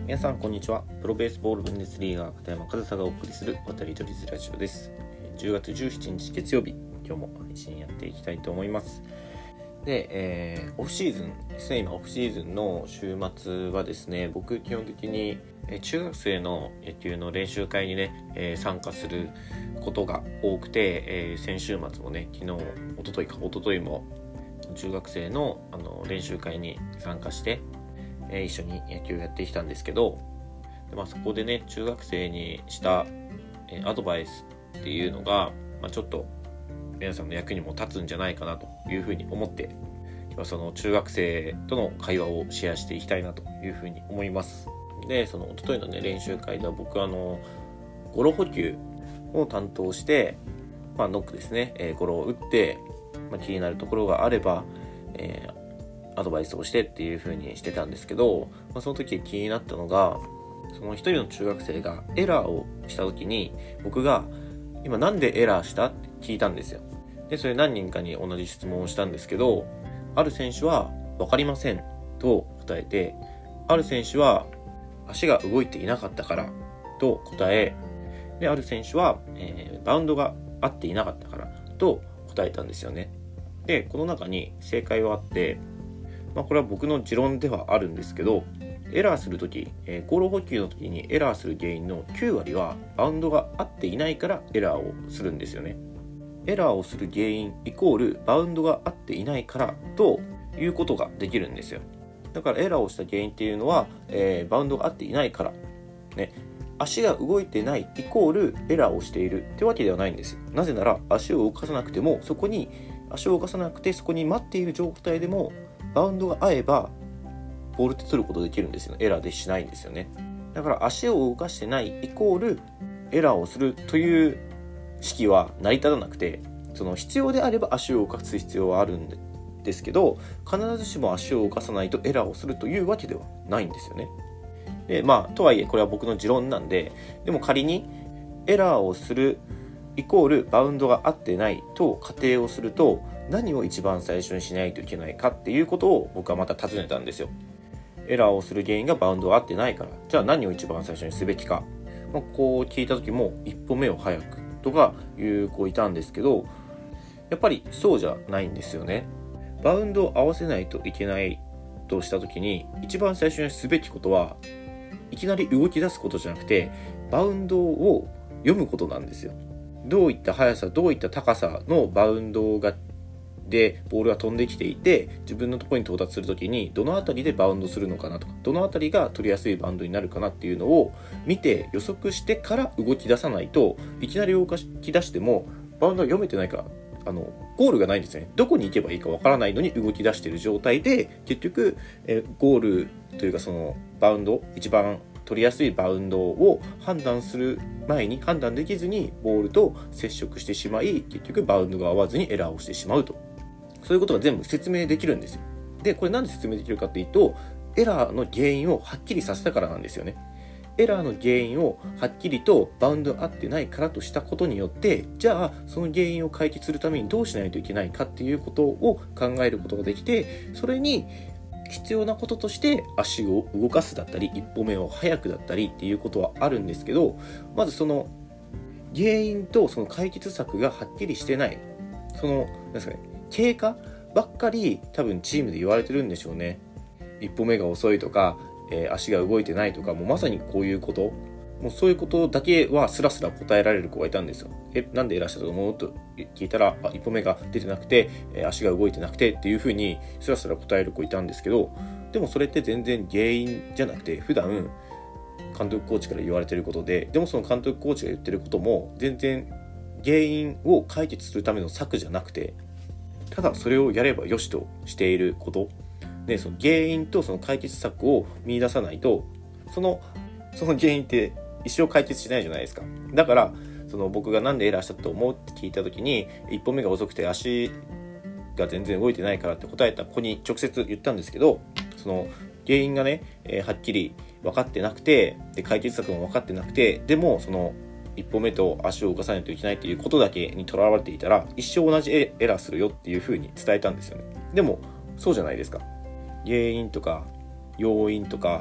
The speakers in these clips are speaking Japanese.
皆さんこんにちは。プロベースボールブンデスリーガー片山和沙がお送りする渡り鳥ズラジオです。10月17日月曜日、今日も配信やっていきたいと思います。で、オフシーズンですね。今オフシーズンの週末はですね、僕基本的に中学生の野球の練習会にね、参加することが多くて、先週末もね、昨日、一昨日も中学生の練習会に参加して一緒に野球やってきたんですけど、そこでね、中学生にしたアドバイスっていうのが、ちょっと皆さんの役にも立つんじゃないかなというふうに思って、今日はその中学生との会話をシェアしていきたいなというふうに思います。で、その一昨日のね、練習会では僕ゴロ補給を担当して、ノックですね、ゴロを打って、気になるところがあれば、アドバイスをしてっていう風にしてたんですけど、その時気になったのが、その一人の中学生がエラーをした時に、僕が今なんでエラーしたって聞いたんですよ。で、それ何人かに同じ質問をしたんですけど、ある選手は分かりませんと答えて、ある選手は足が動いていなかったからと答え、で、ある選手は、バウンドが合っていなかったからと答えたんですよね。で、この中に正解はあって、これは僕の持論ではあるんですけど、エラーするとき、ゴロ補給の時にエラーする原因の9割はバウンドが合っていないからエラーをするんですよね。エラーをする原因イコールバウンドが合っていないからということができるんですよ。だからエラーをした原因っていうのは、バウンドが合っていないから、ね、足が動いてないイコールエラーをしているってわけではないんですよ。なぜなら足を動かさなくても、そこに待っている状態でもバウンドが合えばボールって取ることできるんですよ。エラーでしないんですよね。だから足を動かしてないイコールエラーをするという式は成り立たなくて、その必要であれば足を動かす必要はあるんですけど、必ずしも足を動かさないとエラーをするというわけではないんですよね。で、とはいえこれは僕の持論なんで、でも仮にエラーをするイコールバウンドが合ってないと仮定をすると、何を一番最初にしないといけないかっていうことを僕はまた尋ねたんですよ。エラーをする原因がバウンドが合ってないから、じゃあ何を一番最初にすべきか、こう聞いた時も一歩目を早くとかいう子いたんですけど、やっぱりそうじゃないんですよね。バウンドを合わせないといけないとした時に、一番最初にすべきことはいきなり動き出すことじゃなくて、バウンドを読むことなんですよ。どういった速さ、どういった高さのバウンドでボールが飛んできていて、自分のところに到達するときにどのあたりでバウンドするのかなとか、どのあたりが取りやすいバウンドになるかなっていうのを見て予測してから動き出さないと、いきなり動き出してもバウンドが読めてないから、ゴールがないんですね。どこに行けばいいかわからないのに動き出している状態で、結局、ゴールというかそのバウンド、一番取りやすいバウンドを判断する前に判断できずにボールと接触してしまい、結局バウンドが合わずにエラーをしてしまうと、そういうことが全部説明できるんですよ。で、これなんで説明できるかっていうと、エラーの原因をはっきりさせたからなんですよね。エラーの原因をはっきりとバウンド合ってないからとしたことによって、じゃあその原因を解決するためにどうしないといけないかっていうことを考えることができて、それに必要なこととして足を動かすだったり、一歩目を早くだったりっていうことはあるんですけど、まずその原因とその解決策がはっきりしてない、そのなんですかね、経過ばっかり多分チームで言われてるんでしょうね。一歩目が遅いとか、足が動いてないとか、もうまさにこういうこと、もうそういうことだけはスラスラ答えられる子がいたんですよ。なんでエラーしたと思うと聞いたら、一歩目が出てなくて、足が動いてなくてっていう風にスラスラ答える子いたんですけど、でもそれって全然原因じゃなくて、普段監督コーチから言われてることで、でもその監督コーチが言ってることも全然原因を解決するための策じゃなくて、ただそれをやればよしとしていることで、その原因とその解決策を見出さないと、その原因って一生解決しないじゃないですか。だからその僕がなんでエラーしたと思うって聞いた時に、一歩目が遅くて足が全然動いてないからって答えた子に直接言ったんですけど、その原因がね、はっきり分かってなくて、で解決策も分かってなくて、でもその一歩目と足を動かさないといけないということだけにとらわれていたら、一生同じエラーするよっていう風に伝えたんですよね。でもそうじゃないですか。原因とか要因とか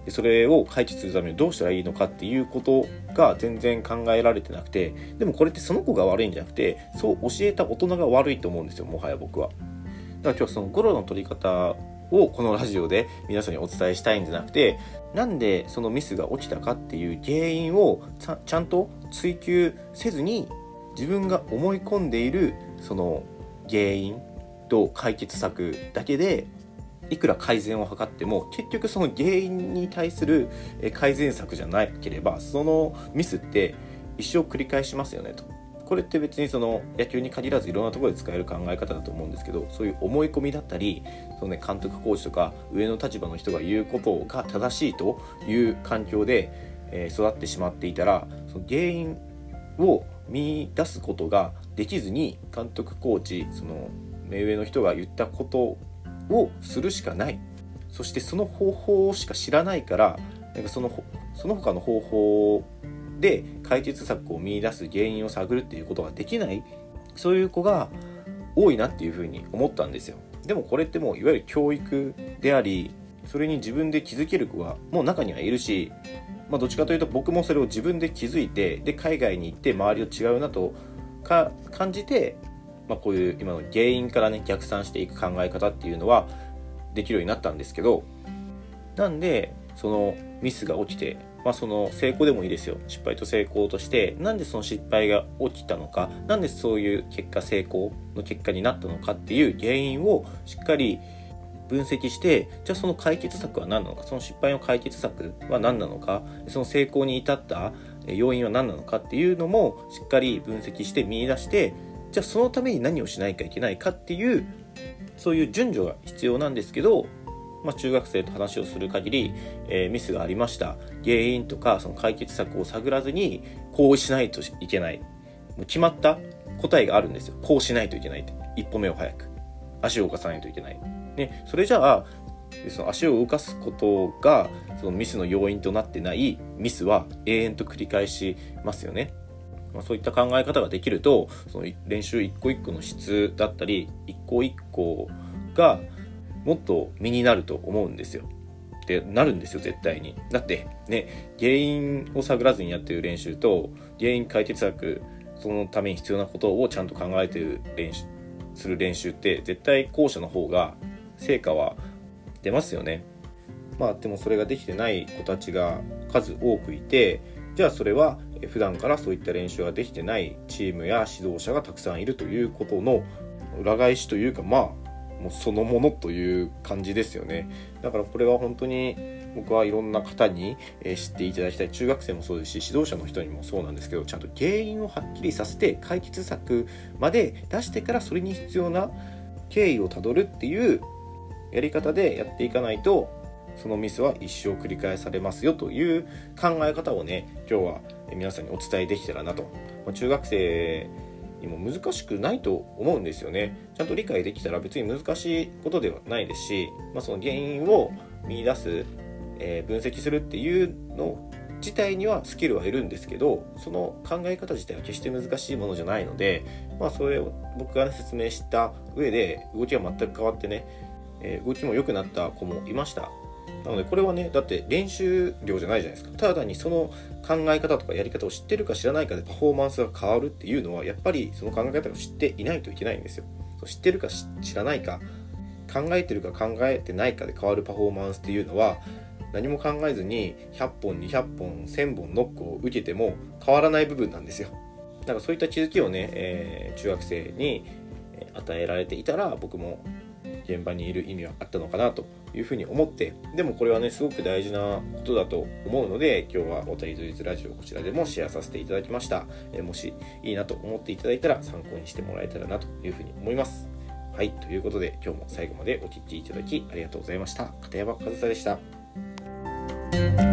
それを解決するためにどうしたらいいのかっていうことが全然考えられてなくて、でもこれってその子が悪いんじゃなくて、そう教えた大人が悪いと思うんですよ、もはや僕は。だから今日はそのゴロの取り方をこのラジオで皆さんにお伝えしたいんじゃなくて、なんでそのミスが起きたかっていう原因をちゃんと追求せずに、自分が思い込んでいるその原因と解決策だけでいくら改善を図っても、結局その原因に対する改善策じゃなければ、そのミスって一生繰り返しますよねと。これって別にその野球に限らずいろんなところで使える考え方だと思うんですけど、そういう思い込みだったり、その監督コーチとか上の立場の人が言うことが正しいという環境で育ってしまっていたら、その原因を見出すことができずに、監督コーチ、その目上の人が言ったことをするしかない。そしてその方法しか知らないから、なんかその他の方法で解決策を見出す原因を探るっていうことができない、そういう子が多いなっていうふうに思ったんですよ。でもこれってもういわゆる教育であり、それに自分で気づける子がもう中にはいるし、どっちかというと僕もそれを自分で気づいて、で海外に行って周りと違うなと感じて、こういう今の原因からね逆算していく考え方っていうのはできるようになったんですけど、なんでそのミスが起きて、その成功でもいいですよ、失敗と成功として、なんでその失敗が起きたのか、なんでそういう成功の結果になったのかっていう原因をしっかり分析して、じゃあその解決策は何なのか、その失敗の解決策は何なのか、その成功に至った要因は何なのかっていうのもしっかり分析して見出して、じゃあそのために何をしないかいけないかっていう、そういう順序が必要なんですけど、中学生と話をする限り、ミスがありました、原因とかその解決策を探らずに、こうしないといけない、もう決まった答えがあるんですよ。こうしないといけないって、一歩目を早く足を動かさないといけない、ね、それじゃあその足を動かすことがそのミスの要因となってないミスは永遠と繰り返しますよね。そういった考え方ができると、その練習一個一個の質だったり一個一個がもっと身になると思うんですよ。でなるんですよ、絶対に。だってね、原因を探らずにやってる練習と原因解決策、そのために必要なことをちゃんと考えてるする練習って絶対後者の方が成果は出ますよね。でもそれができてない子たちが数多くいて、じゃあそれは普段からそういった練習ができてないチームや指導者がたくさんいるということの裏返しというか、もうそのものという感じですよね。だからこれは本当に僕はいろんな方に知っていただきたい。中学生もそうですし、指導者の人にもそうなんですけど、ちゃんと原因をはっきりさせて解決策まで出してから、それに必要な経緯をたどるっていうやり方でやっていかないと、そのミスは一生繰り返されますよという考え方をね、今日は皆さんにお伝えできたらなと。中学生にも難しくないと思うんですよね。ちゃんと理解できたら別に難しいことではないですし、その原因を見出す、分析するっていうの自体にはスキルはいるんですけど、その考え方自体は決して難しいものじゃないので、それを僕が説明した上で動きは全く変わってね、動きも良くなった子もいました。なのでこれはね、だって練習量じゃないじゃないですか。ただにその考え方とかやり方を知ってるか知らないかでパフォーマンスが変わるっていうのは、やっぱりその考え方を知っていないといけないんですよ。知ってるか知らないか、考えてるか考えてないかで変わるパフォーマンスっていうのは、何も考えずに100本200本1000本ノックを受けても変わらない部分なんですよ。だからそういった気づきをね、中学生に与えられていたら、僕も現場にいる意味はあったのかなというふうに思って、でもこれはねすごく大事なことだと思うので、今日は渡り鳥ラジオこちらでもシェアさせていただきました。もしいいなと思っていただいたら参考にしてもらえたらなというふうに思います。はい、ということで今日も最後までお聞きいただきありがとうございました。片山和沙でした。